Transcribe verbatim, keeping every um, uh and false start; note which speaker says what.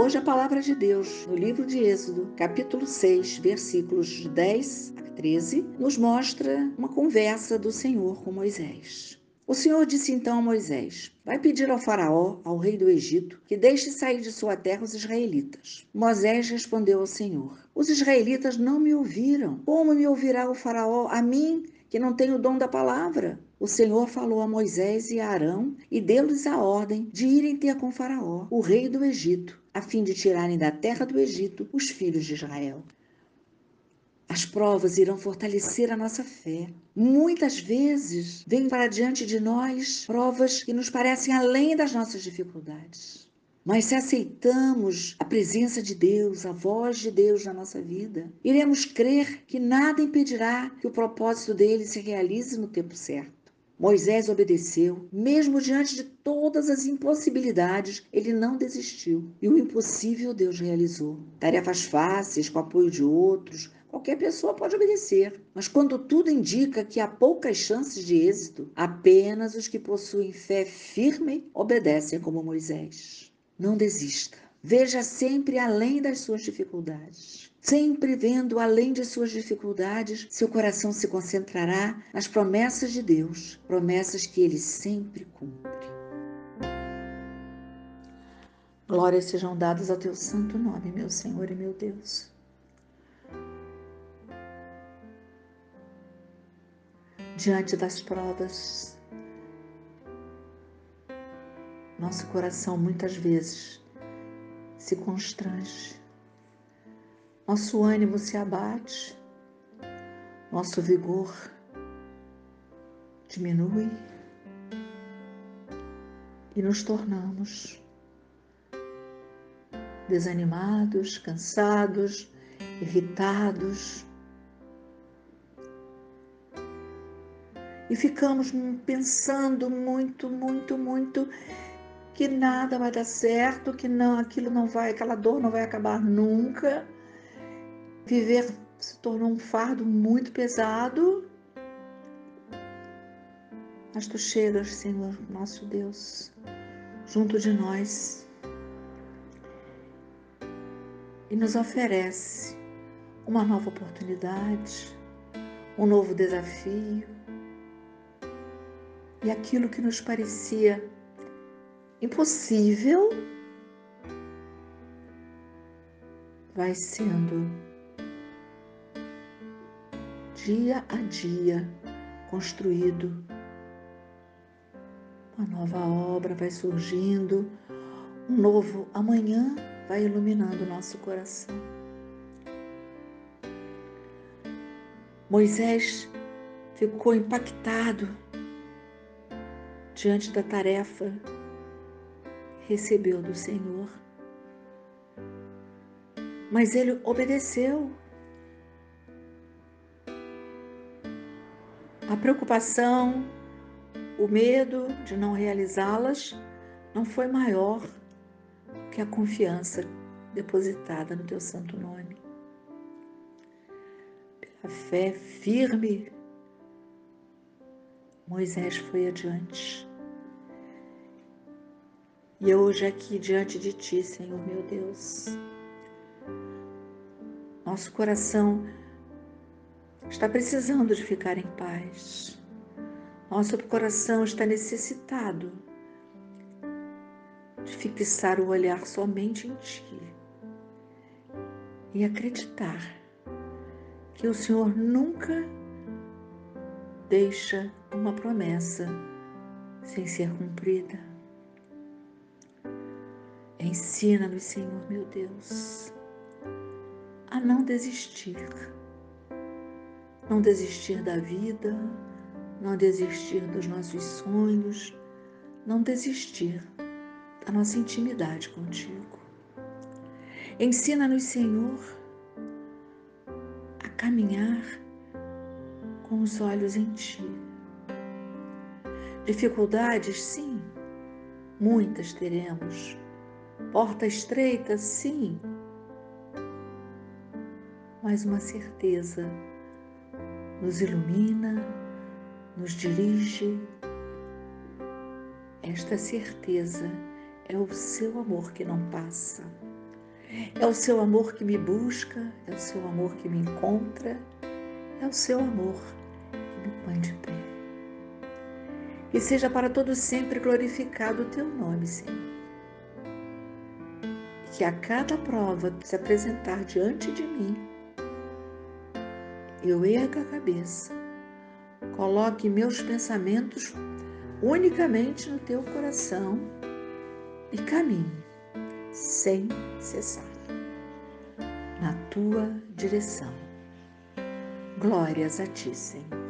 Speaker 1: Hoje a palavra de Deus, no livro de Êxodo, capítulo seis, versículos de dez a treze, nos mostra uma conversa do Senhor com Moisés. O Senhor disse então a Moisés: vai pedir ao faraó, ao rei do Egito, que deixe sair de sua terra os israelitas. Moisés respondeu ao Senhor: os israelitas não me ouviram. Como me ouvirá o faraó, a mim, que não tenho o dom da palavra? O Senhor falou a Moisés e a Arão e deu-lhes a ordem de irem ter com faraó, o rei do Egito, a fim de tirarem da terra do Egito os filhos de Israel. As provas irão fortalecer a nossa fé. Muitas vezes vêm para diante de nós provas que nos parecem além das nossas dificuldades. Mas se aceitamos a presença de Deus, a voz de Deus na nossa vida, iremos crer que nada impedirá que o propósito dele se realize no tempo certo. Moisés obedeceu, mesmo diante de todas as impossibilidades, ele não desistiu. E o impossível Deus realizou. Tarefas fáceis, com apoio de outros, qualquer pessoa pode obedecer. Mas quando tudo indica que há poucas chances de êxito, apenas os que possuem fé firme obedecem como Moisés. Não desista. Veja sempre além das suas dificuldades. Sempre vendo além de suas dificuldades, seu coração se concentrará nas promessas de Deus, promessas que Ele sempre cumpre. Glórias sejam dadas ao teu santo nome, meu Senhor e meu Deus. Diante das provas, nosso coração muitas vezes se constrange. Nosso ânimo se abate, nosso vigor diminui e nos tornamos desanimados, cansados, irritados. E ficamos pensando muito, muito, muito que nada vai dar certo, que não, aquilo não vai, aquela dor não vai acabar nunca. Viver se tornou um fardo muito pesado. Mas tu chegas, Senhor, nosso Deus, junto de nós e nos oferece uma nova oportunidade, um novo desafio. E aquilo que nos parecia impossível vai sendo dia a dia construído. Uma nova obra vai surgindo, um novo amanhã vai iluminando o nosso coração. Moisés ficou impactado diante da tarefa que recebeu do Senhor. Mas ele obedeceu. A preocupação, o medo de não realizá-las não foi maior que a confiança depositada no teu santo nome. Pela fé firme, Moisés foi adiante. E hoje aqui diante de ti, Senhor meu Deus, nosso coração está precisando de ficar em paz. Nosso coração está necessitado de fixar o olhar somente em ti e acreditar que o Senhor nunca deixa uma promessa sem ser cumprida. Ensina-nos, Senhor meu Deus, a não desistir. Não desistir da vida, não desistir dos nossos sonhos, não desistir da nossa intimidade contigo. Ensina-nos, Senhor, a caminhar com os olhos em ti. Dificuldades, sim, muitas teremos. Porta estreita, sim, mas uma certeza nos ilumina, nos dirige. Esta certeza é o seu amor que não passa. É o seu amor que me busca, é o seu amor que me encontra, é o seu amor que me põe de pé. E seja para todo sempre glorificado o teu nome, Senhor. E que a cada prova que se apresentar diante de mim, eu erga a cabeça, coloque meus pensamentos unicamente no teu coração e caminhe sem cessar na tua direção. Glórias a ti, Senhor.